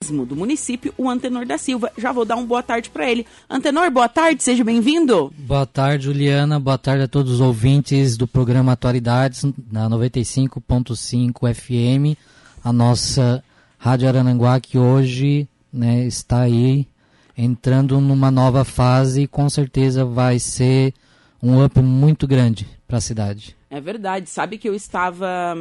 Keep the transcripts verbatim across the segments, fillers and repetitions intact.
turismo do município, o Antenor da Silva. Já vou dar uma boa tarde para ele. Antenor, boa tarde, seja bem-vindo. Boa tarde, Juliana. Boa tarde a todos os ouvintes do programa Atualidades, na noventa e cinco ponto cinco F M, a nossa Rádio Araranguá, que hoje, né, está aí entrando numa nova fase e com certeza vai ser um up muito grande para a cidade. É verdade. Sabe que eu estava,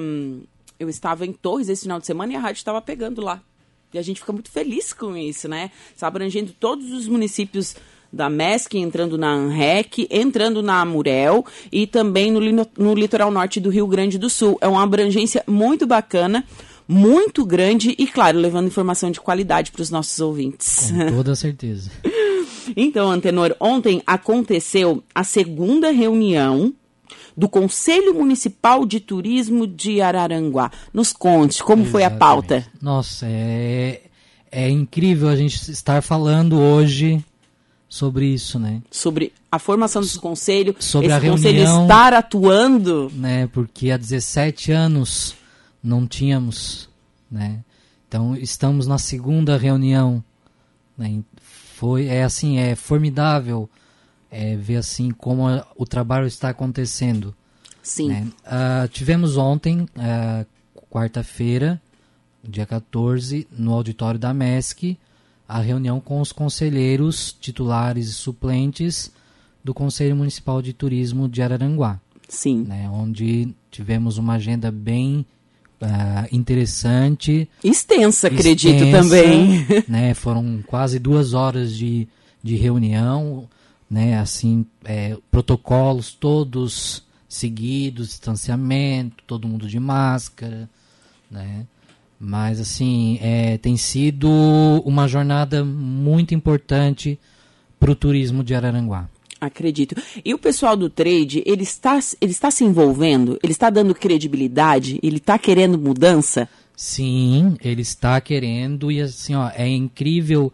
eu estava em Torres esse final de semana e a rádio estava pegando lá. E a gente fica muito feliz com isso, né? Está abrangendo todos os municípios da M E S C, entrando na ANREC, entrando na Amurel e também no, no litoral norte do Rio Grande do Sul. É uma abrangência muito bacana, muito grande e, claro, levando informação de qualidade para os nossos ouvintes. Com toda certeza. Então, Antenor, ontem aconteceu a segunda reunião do Conselho Municipal de Turismo de Araranguá. Nos conte, como Exatamente. Foi a pauta? Nossa, é, é incrível a gente estar falando hoje sobre isso, né? Sobre a formação desse conselho, sobre esse a reunião, conselho estar atuando. Né, porque há dezessete anos não tínhamos, né? Então estamos na segunda reunião, né? Foi, é assim, é formidável é, ver assim como a, o trabalho está acontecendo. Sim. Né? Uh, tivemos ontem, uh, quarta-feira, dia quatorze, no auditório da M E S C, a reunião com os conselheiros titulares e suplentes do Conselho Municipal de Turismo de Araranguá. Sim. Né? Onde tivemos uma agenda bem uh, interessante. Extensa, acredito extensa, também. Né? Foram quase duas horas de, de reunião, né? Assim, é, protocolos todos seguidos, distanciamento, todo mundo de máscara, né? Mas, assim, é, tem sido uma jornada muito importante para o turismo de Araranguá. Acredito. E o pessoal do trade, ele está, ele está se envolvendo? Ele está dando credibilidade? Ele está querendo mudança? Sim, ele está querendo. E, assim, ó, é incrível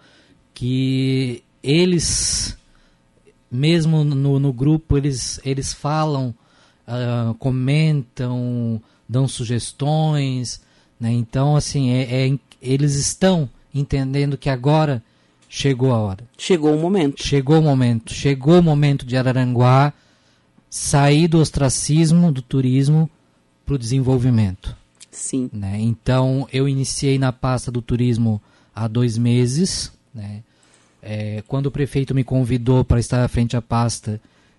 que eles, mesmo no, no grupo, eles, eles falam, uh, comentam, dão sugestões. Né? Então, assim, é, é, eles estão entendendo que agora chegou a hora. Chegou o momento. Chegou o momento. Chegou o momento de Araranguá sair do ostracismo do turismo para o desenvolvimento. Sim. Né? Então, eu iniciei na pasta do turismo há dois meses. Né? É, quando o prefeito me convidou para estar à frente da pasta,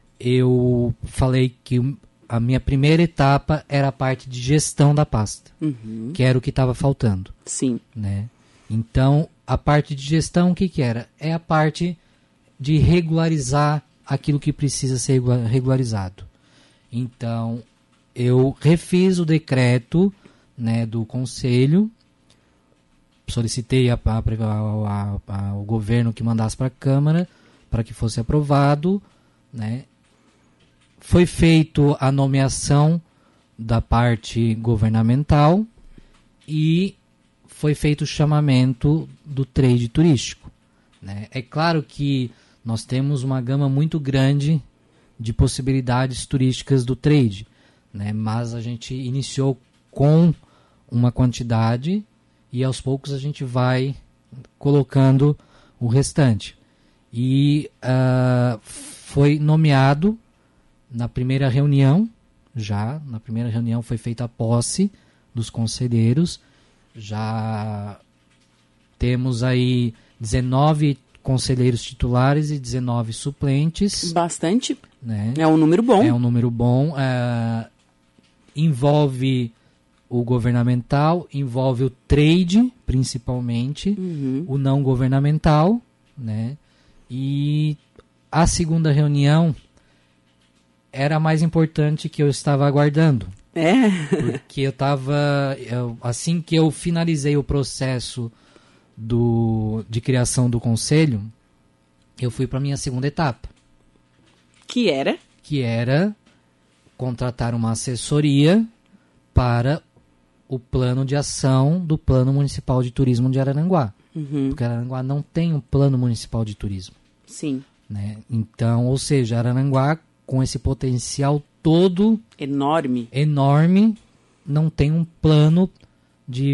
eu falei que a minha primeira etapa era a parte de gestão da pasta, uhum. que era o que estava faltando. Sim. Né? Então, a parte de gestão, o que, que era? É a parte de regularizar aquilo que precisa ser regularizado. Então, eu refiz o decreto, né, do Conselho, solicitei a, a, a, a, ao governo que mandasse para a Câmara para que fosse aprovado, né? Foi feito a nomeação da parte governamental e foi feito o chamamento do trade turístico. Né? É claro que nós temos uma gama muito grande de possibilidades turísticas do trade, né? Mas a gente iniciou com uma quantidade e aos poucos a gente vai colocando o restante. E uh, foi nomeado na primeira reunião, já, na primeira reunião foi feita a posse dos conselheiros, já temos aí dezenove conselheiros titulares e dezenove suplentes. Bastante, né? É um número bom. É um número bom, uh, envolve o governamental, envolve o trade, principalmente, uhum. o não governamental, né? E a segunda reunião era a mais importante que eu estava aguardando. É? Porque eu estava... Assim que eu finalizei o processo do, de criação do conselho, eu fui para a minha segunda etapa. Que era? Que era contratar uma assessoria para o plano de ação do Plano Municipal de Turismo de Araranguá. Uhum. Porque Araranguá não tem um plano municipal de turismo. Sim. Né? Então, ou seja, Araranguá, com esse potencial todo... Enorme. Enorme, não tem um plano de,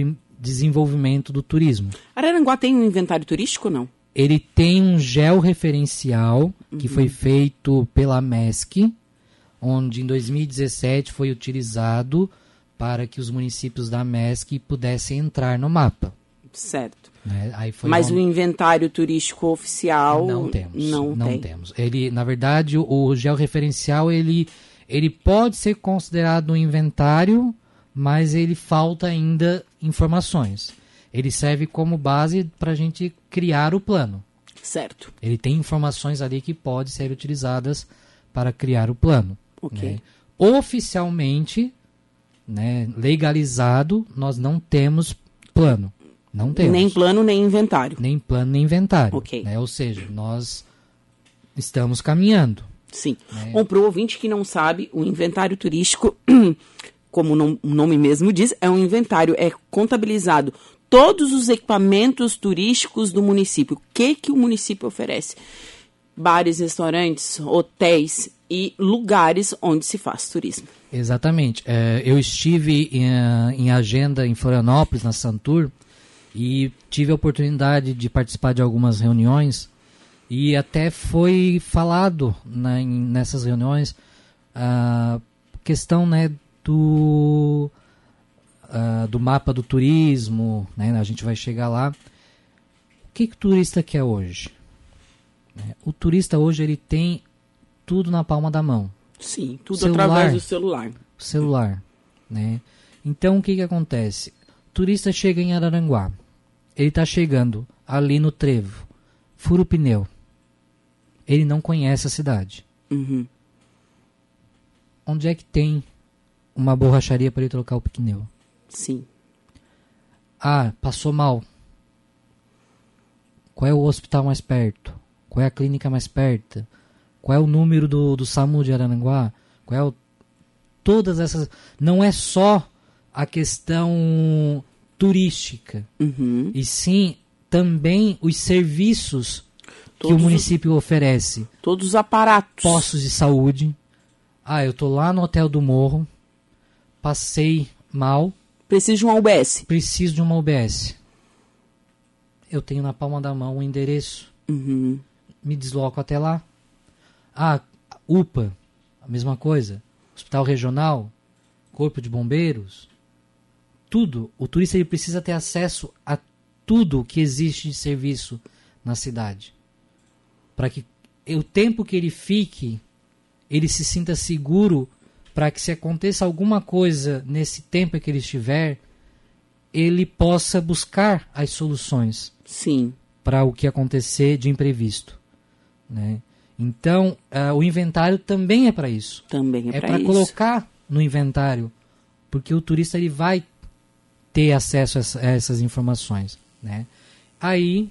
desenvolvimento do turismo. Araranguá tem um inventário turístico ou não? Ele tem um georreferencial uhum. que foi feito pela MESC, onde em dois mil e dezessete foi utilizado para que os municípios da MESC pudessem entrar no mapa. Certo. Né? Aí foi Mas onde... o inventário turístico oficial não temos. Não, não tem. temos. Ele, na verdade, o, o georreferencial ele, ele pode ser considerado um inventário, mas ele falta ainda informações. Ele serve como base para a gente criar o plano. Certo. Ele tem informações ali que podem ser utilizadas para criar o plano. Ok. Né? Oficialmente, né, legalizado, nós não temos plano. Não temos. Nem plano, nem inventário. Nem plano, nem inventário. Ok. Né? Ou seja, nós estamos caminhando. Sim. Né? Bom, para o ouvinte que não sabe, o inventário turístico, como o nome mesmo diz, é um inventário, é contabilizado todos os equipamentos turísticos do município. O que, que o município oferece? Bares, restaurantes, hotéis e lugares onde se faz turismo. Exatamente. É, eu estive em, em agenda em Florianópolis, na Santur, e tive a oportunidade de participar de algumas reuniões, e até foi falado na, em, nessas reuniões a questão, né, do... Uh, do mapa do turismo, né? A gente vai chegar lá. O que, que o turista quer hoje? Né? O turista hoje ele tem tudo na palma da mão. Sim, tudo celular, através do celular. Celular, né? Então o que, que acontece? O turista chega em Araranguá, ele está chegando ali no Trevo, fura o pneu, ele não conhece a cidade. Uhum. Onde é que tem uma borracharia para ele trocar o pneu? Sim. Ah, passou mal. Qual é o hospital mais perto? Qual é a clínica mais perto? Qual é o número do, do SAMU de Araranguá? Qual é o... Todas essas... Não é só a questão turística. Uhum. E sim, também os serviços Todos que o município oferece. Todos os aparatos. Postos de saúde. Ah, eu tô lá no Hotel do Morro. Passei mal. Preciso de uma U B S. Preciso de uma U B S. Eu tenho na palma da mão o endereço. Uhum. Me desloco até lá. Ah, U P A, a mesma coisa. Hospital Regional, Corpo de Bombeiros. Tudo. O turista ele precisa ter acesso a tudo que existe de serviço na cidade. Para que o tempo que ele fique, ele se sinta seguro, para que se aconteça alguma coisa nesse tempo que ele estiver, ele possa buscar as soluções. Sim. Para o que acontecer de imprevisto. Né? Então, uh, o inventário também é para isso. Também é, é para isso. É para colocar no inventário, porque o turista ele vai ter acesso a, essa, a essas informações. Né? Aí,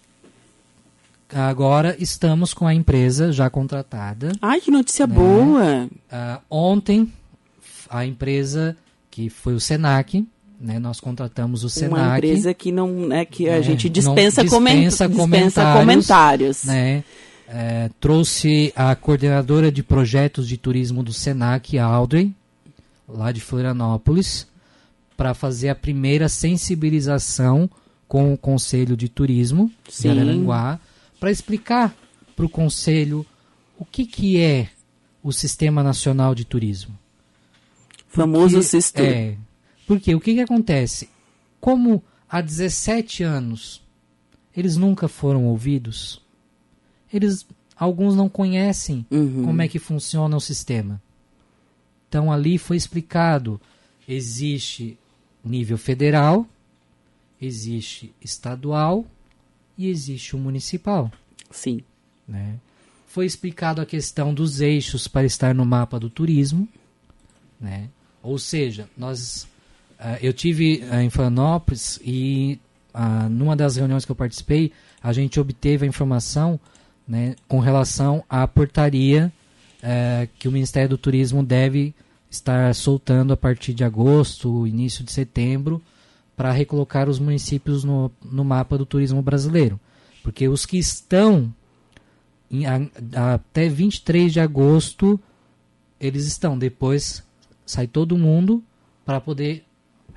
agora estamos com a empresa já contratada. Ai, que notícia né? boa! Uh, ontem, a empresa, que foi o Senac, né, nós contratamos o Senac. Uma empresa que, não, é, que a né, gente dispensa, dispensa, coment dispensa comentários. comentários. Né, é, trouxe a coordenadora de projetos de turismo do Senac, a Audrey, lá de Florianópolis, para fazer a primeira sensibilização com o Conselho de Turismo Sim. de Araranguá, para explicar para o Conselho o que, que é o Sistema Nacional de Turismo. Famoso Sistur. É, porque o que, que acontece? Como há dezessete anos eles nunca foram ouvidos, eles, alguns não conhecem uhum. como é que funciona o sistema. Então ali foi explicado, existe nível federal, existe estadual e existe o municipal. Sim. Né? Foi explicado a questão dos eixos para estar no mapa do turismo. Né? Ou seja, nós... Uh, eu tive uh, em Florianópolis e uh, numa das reuniões que eu participei, a gente obteve a informação, né, com relação à portaria uh, que o Ministério do Turismo deve estar soltando a partir de agosto, início de setembro, para recolocar os municípios no, no mapa do turismo brasileiro. Porque os que estão em, a, a, até vinte e três de agosto, eles estão. Depois sai todo mundo para poder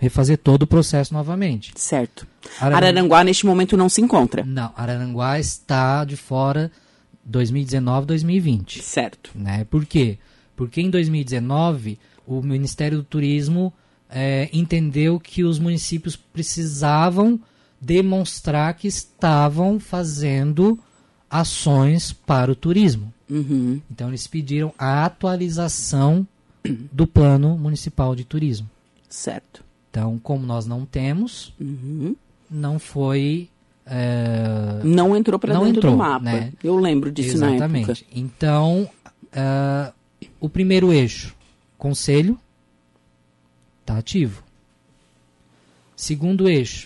refazer todo o processo novamente. Certo. Araranguá, Araranguá, neste momento, não se encontra. Não, Araranguá está de fora dois mil e dezenove, dois mil e vinte. Certo. Né? Por quê? Porque em dois mil e dezenove, o Ministério do Turismo é, entendeu que os municípios precisavam demonstrar que estavam fazendo ações para o turismo. Uhum. Então, eles pediram a atualização do Plano Municipal de Turismo. Certo. Então, como nós não temos, Uhum. não foi... É, não entrou para dentro entrou, do mapa. Né? Eu lembro disso na época. Exatamente. Então, uh, o primeiro eixo, conselho, está ativo. Segundo eixo,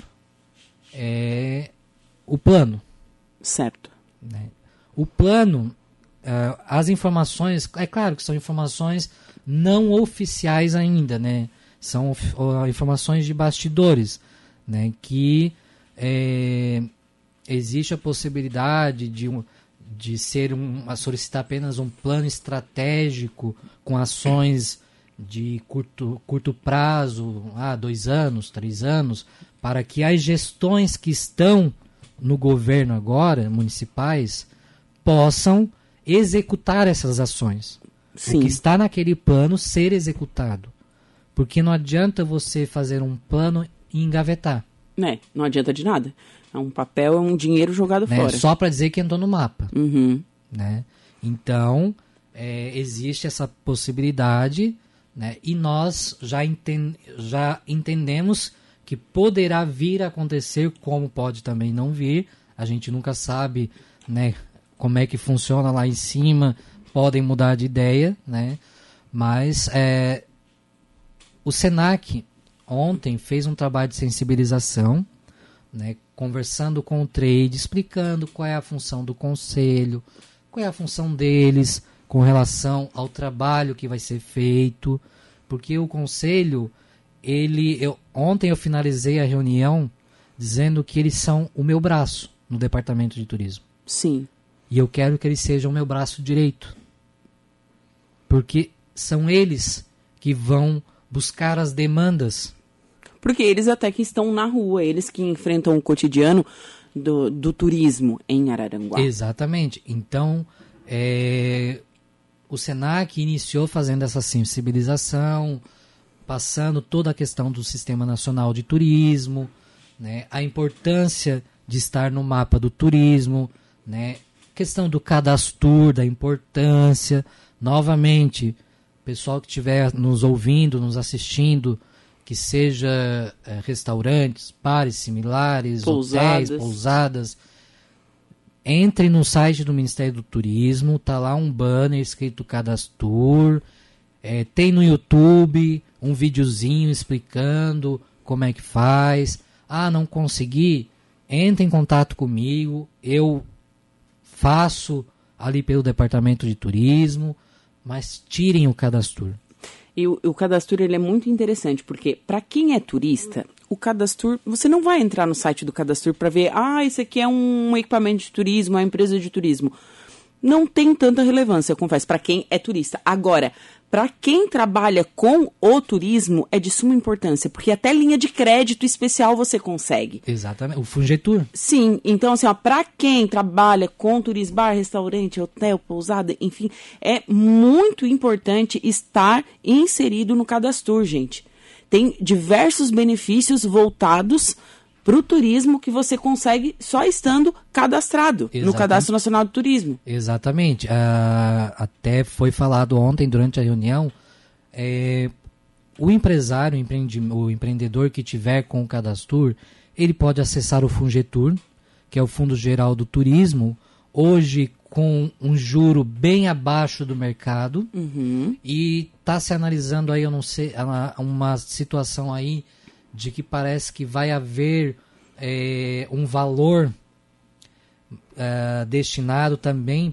é o plano. Certo. Né? O plano, uh, as informações, é claro que são informações não oficiais ainda, né? São uh, informações de bastidores, né? Que é, existe a possibilidade de, um, de ser um, a solicitar apenas um plano estratégico com ações de curto, curto prazo, ah, dois anos, três anos, para que as gestões que estão no governo agora, municipais, possam executar essas ações. Sim. O que está naquele plano ser executado. Porque não adianta você fazer um plano e engavetar. Né? Não adianta de nada. É um papel, é um dinheiro jogado Né? fora. Só para dizer que entrou no mapa. Uhum. Né? Então, é, existe essa possibilidade, né? E nós já, enten já entendemos que poderá vir a acontecer, como pode também não vir. A gente nunca sabe, né, como é que funciona lá em cima, podem mudar de ideia, né? Mas é, o Senac ontem fez um trabalho de sensibilização, né, conversando com o trade, explicando qual é a função do conselho, qual é a função deles com relação ao trabalho que vai ser feito, porque o conselho, ele, eu, ontem eu finalizei a reunião dizendo que eles são o meu braço no departamento de turismo. Sim. E eu quero que eles sejam o meu braço direito, porque são eles que vão buscar as demandas. Porque eles até que estão na rua, eles que enfrentam o cotidiano do, do turismo em Araranguá. Exatamente. Então, é, o Senac iniciou fazendo essa sensibilização, passando toda a questão do Sistema Nacional de Turismo, né, a importância de estar no mapa do turismo, né, questão do cadastro, da importância. Novamente, pessoal que estiver nos ouvindo, nos assistindo, que seja é, restaurantes, bares similares, pousadas. hotéis, pousadas, entre no site do Ministério do Turismo, tá lá um banner escrito Cadastur, é, tem no YouTube um videozinho explicando como é que faz. Ah, não consegui? Entre em contato comigo, eu faço ali pelo Departamento de Turismo, mas tirem o Cadastur. E o, o Cadastur, ele é muito interessante, porque para quem é turista, o Cadastur, você não vai entrar no site do Cadastur para ver, ah, esse aqui é um equipamento de turismo, é uma empresa de turismo. Não tem tanta relevância, eu confesso, para quem é turista. Agora, para quem trabalha com o turismo, é de suma importância, porque até linha de crédito especial você consegue. Exatamente, o Fungetur. Sim, então assim, ó, para quem trabalha com turismo, bar, restaurante, hotel, pousada, enfim, é muito importante estar inserido no Cadastur, gente. Tem diversos benefícios voltados para o turismo que você consegue só estando cadastrado. Exatamente. No Cadastro Nacional do Turismo. Exatamente. Ah, até foi falado ontem durante a reunião, é, o empresário, o, empreende, o empreendedor que tiver com o Cadastur, ele pode acessar o Fungetur, que é o Fundo Geral do Turismo, hoje com um juro bem abaixo do mercado, uhum. E está se analisando aí, eu não sei, uma situação aí de que parece que vai haver é, um valor é, destinado também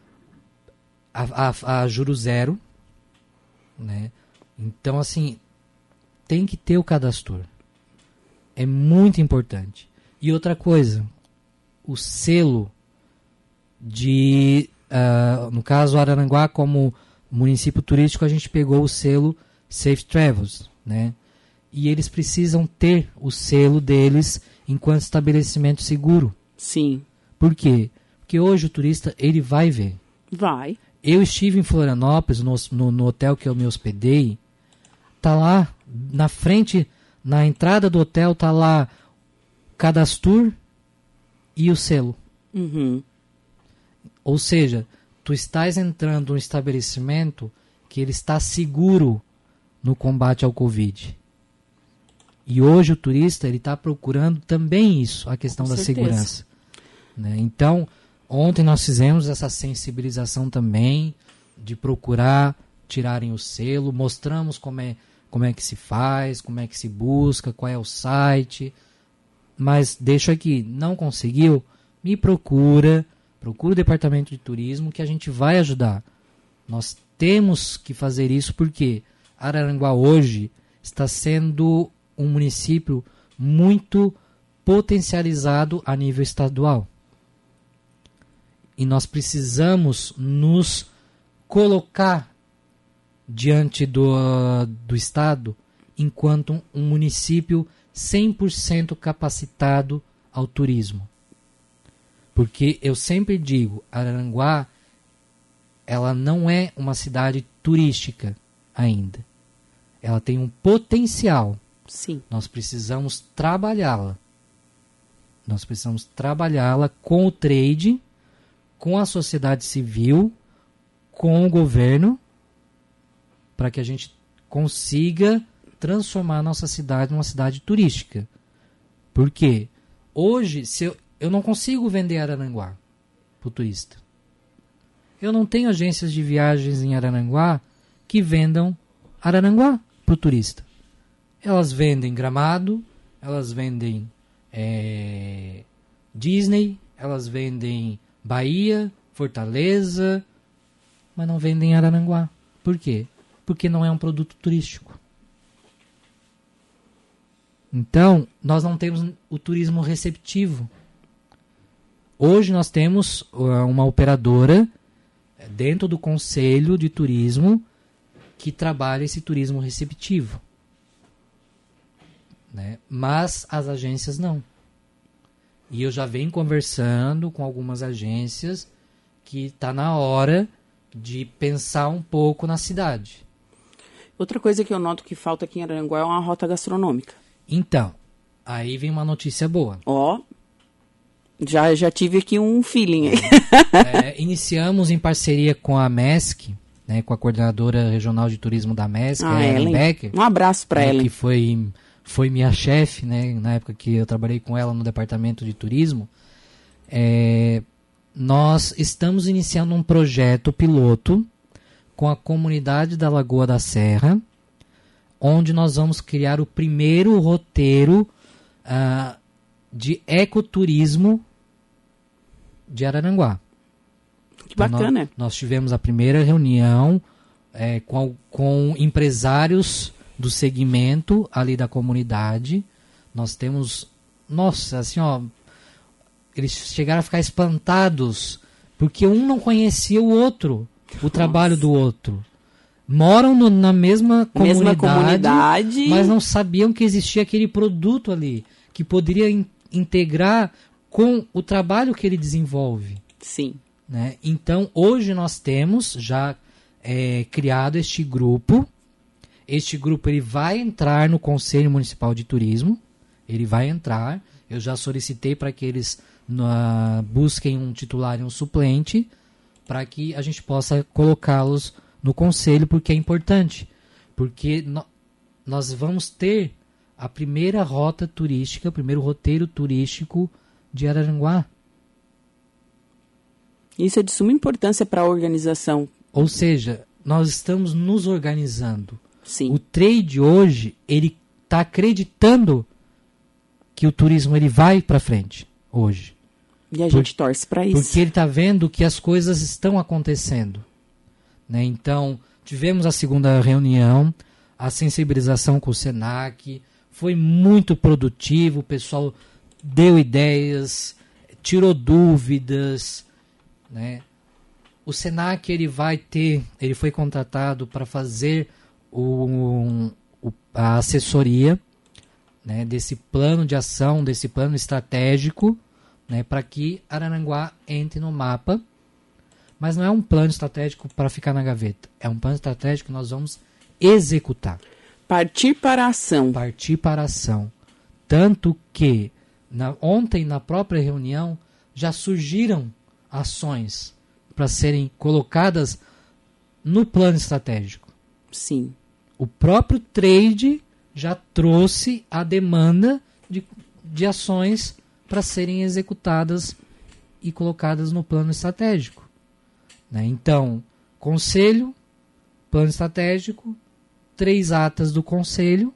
a, a, a juro zero, né? Então, assim, tem que ter o Cadastur. É muito importante. E outra coisa, o selo de, uh, no caso Araranguá, como município turístico, a gente pegou o selo Safe Travels, né? e eles precisam ter o selo deles enquanto estabelecimento seguro. Sim. Por quê? Porque hoje o turista, ele vai ver. Vai. Eu estive em Florianópolis, no, no, no hotel que eu me hospedei, tá lá, na frente, na entrada do hotel, tá lá Cadastur e o selo. Uhum. Ou seja, tu estás entrando num estabelecimento que ele está seguro no combate ao Covid. E hoje o turista ele está procurando também isso, a questão Com da certeza. segurança. Né? Então, ontem nós fizemos essa sensibilização também de procurar tirarem o selo, mostramos como é, como é que se faz, como é que se busca, qual é o site. Mas deixo aqui, não conseguiu, me procura, procura o departamento de turismo que a gente vai ajudar. Nós temos que fazer isso porque Araranguá hoje está sendo um município muito potencializado a nível estadual. E nós precisamos nos colocar diante do, do Estado enquanto um município cem por cento capacitado ao turismo. Porque eu sempre digo, Araranguá, ela não é uma cidade turística ainda. Ela tem um potencial. Sim. Nós precisamos trabalhá-la. Nós precisamos trabalhá-la com o trade, com a sociedade civil, com o governo, para que a gente consiga transformar a nossa cidade numa cidade turística. Por quê? Hoje, se eu, eu não consigo vender Araranguá para o turista. Eu não tenho agências de viagens em Araranguá que vendam Araranguá para o turista. Elas vendem Gramado, elas vendem é, Disney, elas vendem Bahia, Fortaleza, mas não vendem Araranguá. Por quê? Porque não é um produto turístico. Então, nós não temos o turismo receptivo. Hoje nós temos uma operadora dentro do Conselho de Turismo que trabalha esse turismo receptivo. Né? Mas as agências não. E eu já venho conversando com algumas agências que está na hora de pensar um pouco na cidade. Outra coisa que eu noto que falta aqui em Araranguá é uma rota gastronômica. Então, aí vem uma notícia boa. Ó, já, já tive aqui um feeling aí. É, iniciamos em parceria com a MESC, né, com a coordenadora regional de turismo da MESC, Ah, a Ellen Ellen. Becker. Um abraço para né, ela. Que foi, foi minha chefe, né, na época que eu trabalhei com ela no departamento de turismo. É, nós estamos iniciando um projeto piloto com a comunidade da Lagoa da Serra, onde nós vamos criar o primeiro roteiro uh, de ecoturismo de Araranguá. Que bacana. Nós, nós tivemos a primeira reunião é, com, com empresários do segmento ali da comunidade. Nós temos, nossa, assim, ó, eles chegaram a ficar espantados, porque um não conhecia o outro, o nossa. trabalho do outro. Moram no, na mesma comunidade, mesma comunidade, mas não sabiam que existia aquele produto ali, que poderia in, integrar com o trabalho que ele desenvolve. Sim. Né? Então, hoje nós temos já é, criado este grupo. Este grupo ele vai entrar no Conselho Municipal de Turismo. Ele vai entrar. Eu já solicitei para que eles na, busquem um titular e um suplente para que a gente possa colocá-los no Conselho, porque é importante. Porque no, nós vamos ter a primeira rota turística, o primeiro roteiro turístico de Araranguá. Isso é de suma importância para a organização. Ou seja, nós estamos nos organizando. Sim. O trade hoje, ele está acreditando que o turismo ele vai para frente hoje. E a Por, gente torce para isso. Porque ele está vendo que as coisas estão acontecendo. Né? Então, tivemos a segunda reunião, a sensibilização com o Senac, foi muito produtivo, o pessoal deu ideias, tirou dúvidas, né? O Senac ele vai ter, ele foi contratado para fazer o, o, a assessoria, né, desse plano de ação, desse plano estratégico, né, para que Araranguá entre no mapa. Mas não é um plano estratégico para ficar na gaveta. É um plano estratégico que nós vamos executar. Partir para a ação. Partir para a ação. Tanto que na, ontem, na própria reunião, já surgiram ações para serem colocadas no plano estratégico. Sim. O próprio trade já trouxe a demanda de, de ações para serem executadas e colocadas no plano estratégico. Né? Então, conselho, plano estratégico, três atas do conselho,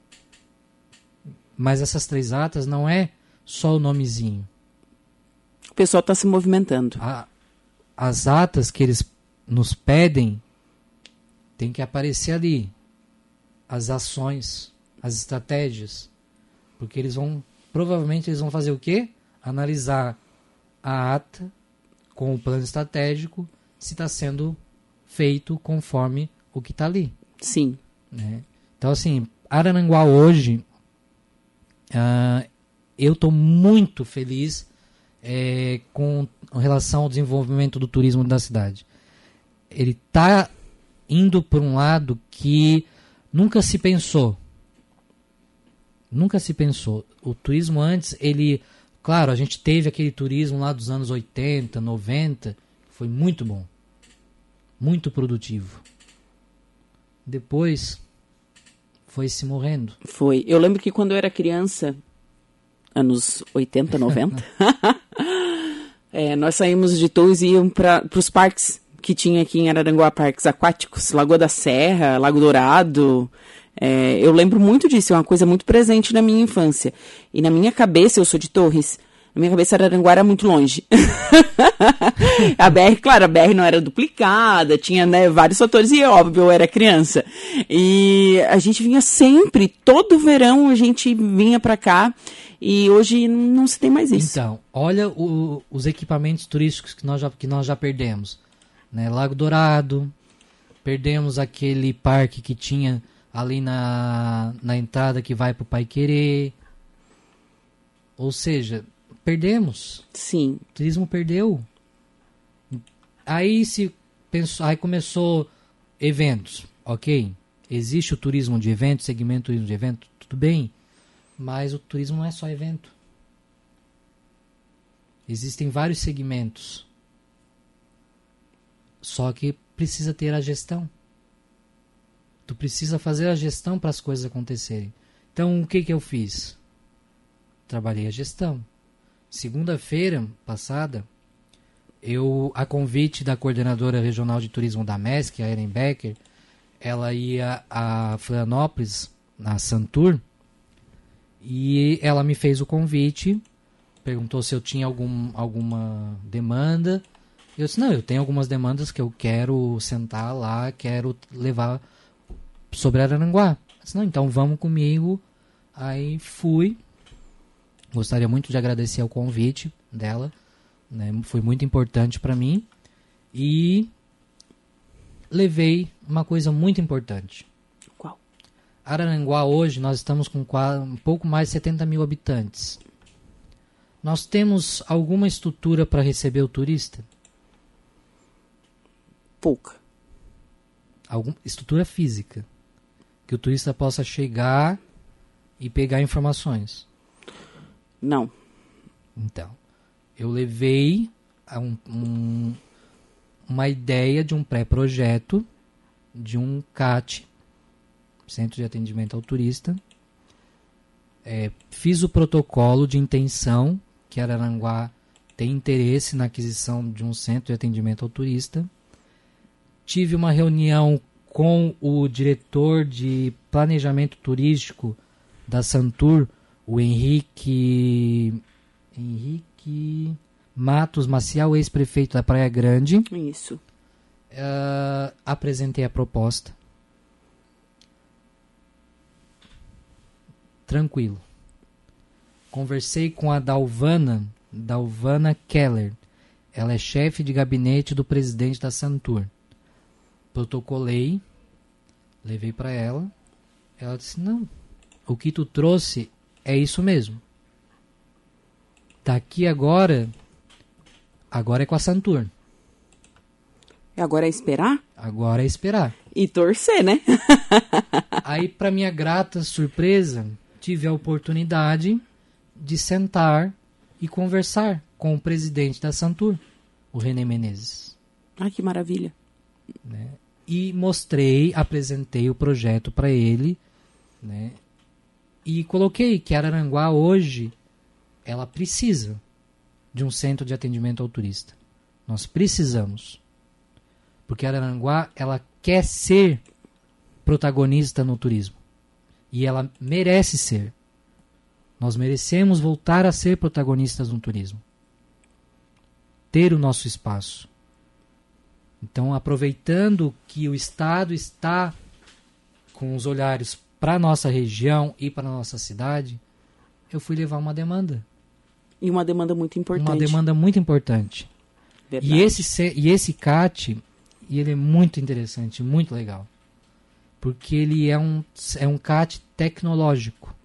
mas essas três atas não é só o nomezinho. O pessoal está se movimentando. A, as atas que eles nos pedem tem que aparecer ali. As ações, as estratégias. Porque eles vão, provavelmente eles vão fazer o quê? Analisar a ata com o plano estratégico, se está sendo feito conforme o que está ali. Sim. Né? Então, assim, Araranguá hoje, uh, eu estou muito feliz é, com relação ao desenvolvimento do turismo da cidade. Ele está indo por um lado que nunca se pensou. Nunca se pensou. O turismo antes, ele... Claro, a gente teve aquele turismo lá dos anos oitenta, noventa, foi muito bom. Muito produtivo. Depois, foi se morrendo. Foi. Eu lembro que quando eu era criança, anos oitenta, noventa, é, nós saímos de Torres e íamos para os parques que tinha aqui em Araranguá, parques aquáticos, Lagoa da Serra, Lago Dourado. É, eu lembro muito disso, é uma coisa muito presente na minha infância. E na minha cabeça, eu sou de Torres, na minha cabeça Araranguá era muito longe. A B R, claro, a B R não era duplicada, tinha, né, vários fatores e, óbvio, eu era criança. E a gente vinha sempre, todo verão a gente vinha pra cá e hoje não se tem mais isso. Então, olha o, os equipamentos turísticos que nós já, que nós já perdemos. Né? Lago Dourado, perdemos aquele parque que tinha ali na, na entrada que vai pro Paiquerê. Ou seja... Perdemos. Sim. O turismo perdeu. Aí se pensou, aí começou eventos, ok? Existe o turismo de evento, segmento turismo de evento, tudo bem. Mas o turismo não é só evento. Existem vários segmentos. Só que precisa ter a gestão. Tu precisa fazer a gestão para as coisas acontecerem. Então o que que eu fiz? Trabalhei a gestão. Segunda-feira passada, eu, a convite da coordenadora regional de turismo da M E S C, a Eren Becker, ela ia a Florianópolis, na Santur, e ela me fez o convite, perguntou se eu tinha algum, alguma demanda. Eu disse, não, eu tenho algumas demandas que eu quero sentar lá, quero levar sobre Araranguá. Ela disse, não, então vamos comigo. Aí fui. Gostaria muito de agradecer o convite dela, né? Foi muito importante para mim. E levei uma coisa muito importante. Qual? Araranguá hoje nós estamos com um pouco mais de setenta mil habitantes. Nós temos alguma estrutura para receber o turista? Pouca. Alguma estrutura física. Que o turista possa chegar e pegar informações. Não. Então, eu levei a um, um, uma ideia de um pré-projeto de um C A T, Centro de Atendimento ao Turista. É, fiz o protocolo de intenção que Araranguá tem interesse na aquisição de um centro de atendimento ao turista. Tive uma reunião com o diretor de planejamento turístico da Santur, o Henrique, Henrique Matos Maciel, ex-prefeito da Praia Grande. Isso. Uh, apresentei a proposta. Tranquilo. Conversei com a Dalvana, Dalvana Keller. Ela é chefe de gabinete do presidente da Santur. Protocolei, levei para ela. Ela disse, não, o que tu trouxe é isso mesmo. Daqui agora, agora é com a Saturn. Agora é esperar? Agora é esperar. E torcer, né? Aí, para minha grata surpresa, tive a oportunidade de sentar e conversar com o presidente da Saturn, o René Menezes. Ai, que maravilha. Né? E mostrei, apresentei o projeto para ele, né? E coloquei que Araranguá hoje, ela precisa de um centro de atendimento ao turista. Nós precisamos. Porque Araranguá, ela quer ser protagonista no turismo. E ela merece ser. Nós merecemos voltar a ser protagonistas no turismo. Ter o nosso espaço. Então, aproveitando que o Estado está com os olhares para a nossa região e para a nossa cidade, eu fui levar uma demanda. E uma demanda muito importante. Uma demanda muito importante. Verdade. E esse, e esse C A T, e ele é muito interessante, muito legal. Porque ele é um, é um C A T tecnológico.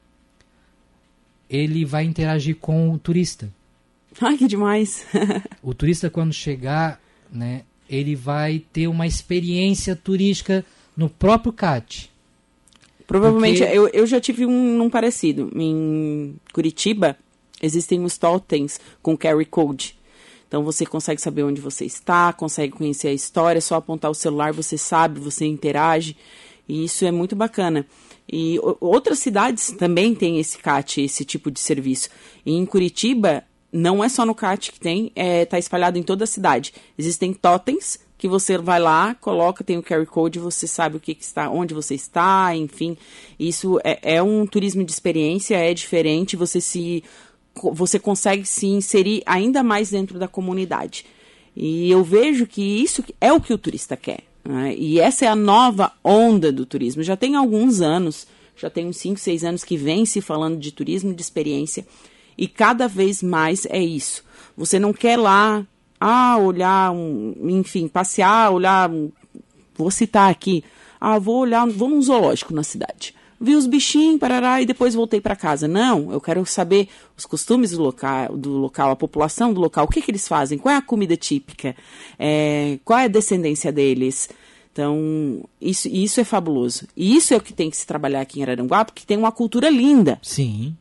Ele vai interagir com o turista. Ai, que demais. O turista, quando chegar, né, ele vai ter uma experiência turística no próprio C A T. Provavelmente, Porque... eu, eu já tive um, um parecido. Em Curitiba, existem os totens com Q R Code. Então, você consegue saber onde você está, consegue conhecer a história, é só apontar o celular, você sabe, você interage. E isso é muito bacana. E o, outras cidades também têm esse C A T, esse tipo de serviço. E em Curitiba, não é só no C A T que tem, está espalhado em toda a cidade. Existem totens que você vai lá, coloca, tem o Q R Code, você sabe o que, que está, onde você está, enfim. Isso é, é um turismo de experiência, é diferente, você se... você consegue se inserir ainda mais dentro da comunidade. E eu vejo que isso é o que o turista quer, né? E essa é a nova onda do turismo. Já tem alguns anos, já tem uns cinco, seis anos que vem se falando de turismo de experiência, e cada vez mais é isso. Você não quer lá, ah, olhar, um, enfim, passear, olhar, um, vou citar aqui, ah, vou olhar, vou num zoológico na cidade. Vi os bichinhos, parará, e depois voltei para casa. Não, eu quero saber os costumes do local, do local, a população do local, o que, que eles fazem, qual é a comida típica, é, qual é a descendência deles. Então, isso, isso é fabuloso. E isso é o que tem que se trabalhar aqui em Araranguá, porque tem uma cultura linda. Sim.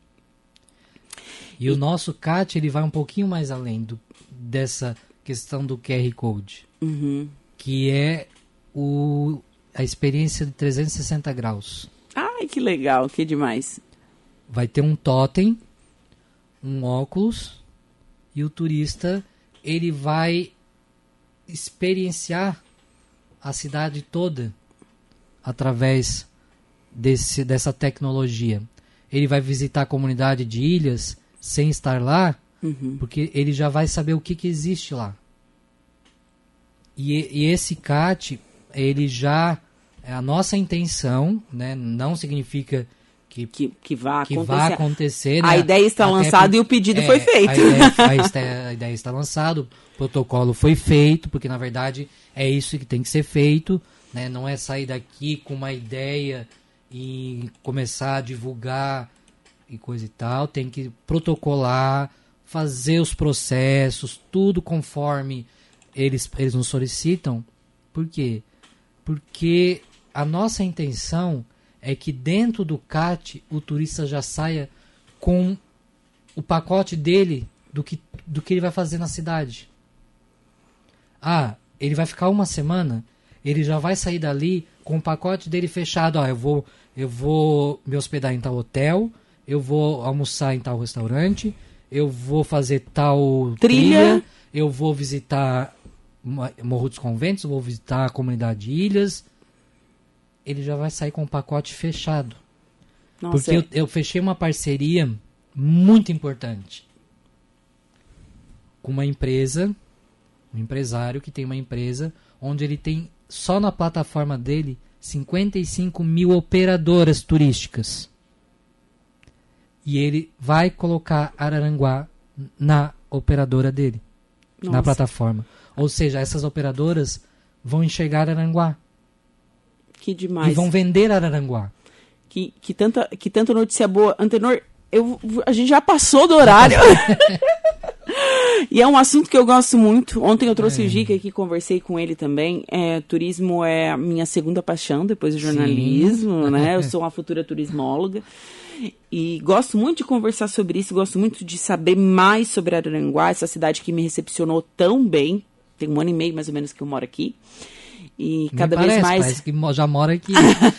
E, e o nosso C A T, ele vai um pouquinho mais além do, dessa questão do Q R Code, uhum. que é o, a experiência de trezentos e sessenta graus. Ai, que legal, que demais. Vai ter um totem, um óculos, e o turista, ele vai experienciar a cidade toda através desse, dessa tecnologia. Ele vai visitar a comunidade de ilhas sem estar lá, uhum. porque ele já vai saber o que, que existe lá. E, e esse C A T, ele já... é a nossa intenção, né? Não significa que, que, que vá que acontecer. Vá acontecer, né? A ideia está Até lançada por, e o pedido é, foi feito. A ideia, a ideia está lançada, o protocolo foi feito, porque na verdade é isso que tem que ser feito, né? Não é sair daqui com uma ideia e começar a divulgar e coisa e tal. Tem que protocolar, fazer os processos, tudo conforme eles, eles nos solicitam. Por quê? Porque a nossa intenção é que dentro do C A T o turista já saia com o pacote dele do que, do que ele vai fazer na cidade. Ah, ele vai ficar uma semana, ele já vai sair dali com o pacote dele fechado. Ah, eu vou, eu vou me hospedar em tal hotel, eu vou almoçar em tal restaurante, eu vou fazer tal trilha, trilha eu vou visitar Morro dos Conventos, vou visitar a comunidade de ilhas. Ele já vai sair com o pacote fechado. Nossa, porque é. eu, eu fechei uma parceria muito importante com uma empresa, um empresário que tem uma empresa onde ele tem só na plataforma dele cinquenta e cinco mil operadoras turísticas. E ele vai colocar Araranguá na operadora dele, Nossa. na plataforma. Ou seja, essas operadoras vão enxergar Araranguá. Que demais. E vão vender Araranguá. que, que, tanta, que tanta notícia boa. Antenor, eu, a gente já passou do horário. E é um assunto que eu gosto muito. Ontem eu trouxe é. o Gica aqui, conversei com ele também. É, turismo é a minha segunda paixão, depois do jornalismo, Sim. né? Eu sou uma futura turismóloga. E gosto muito de conversar sobre isso, gosto muito de saber mais sobre Araranguá, essa cidade que me recepcionou tão bem. Tem um ano e meio, mais ou menos, que eu moro aqui. E cada parece, vez mais... Parece que já mora aqui.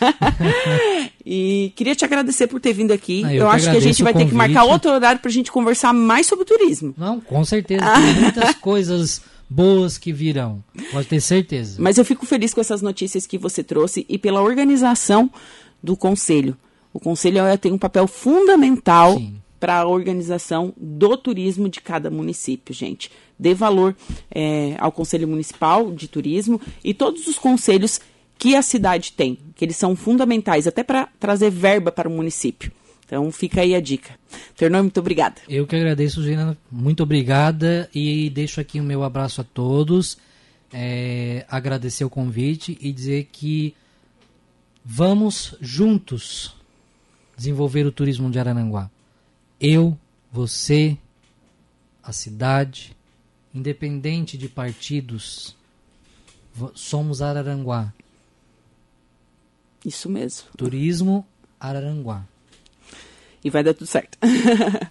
E queria te agradecer por ter vindo aqui. Ah, eu eu acho que a gente vai ter que marcar outro horário pra gente conversar mais sobre turismo. Não, com certeza. Tem muitas coisas boas que virão. Pode ter certeza. Mas eu fico feliz com essas notícias que você trouxe e pela organização do Conselho. O Conselho tem um papel fundamental para a organização do turismo de cada município, gente. Dê valor é, ao Conselho Municipal de Turismo e todos os conselhos que a cidade tem, que eles são fundamentais, até para trazer verba para o município. Então, fica aí a dica. Ternor, muito obrigada. Eu que agradeço, Gina. Muito obrigada. E deixo aqui o meu abraço a todos. É, agradecer o convite e dizer que vamos juntos desenvolver o turismo de Araranguá. Eu, você, a cidade, independente de partidos, somos Araranguá. Isso mesmo. Turismo Araranguá. E vai dar tudo certo.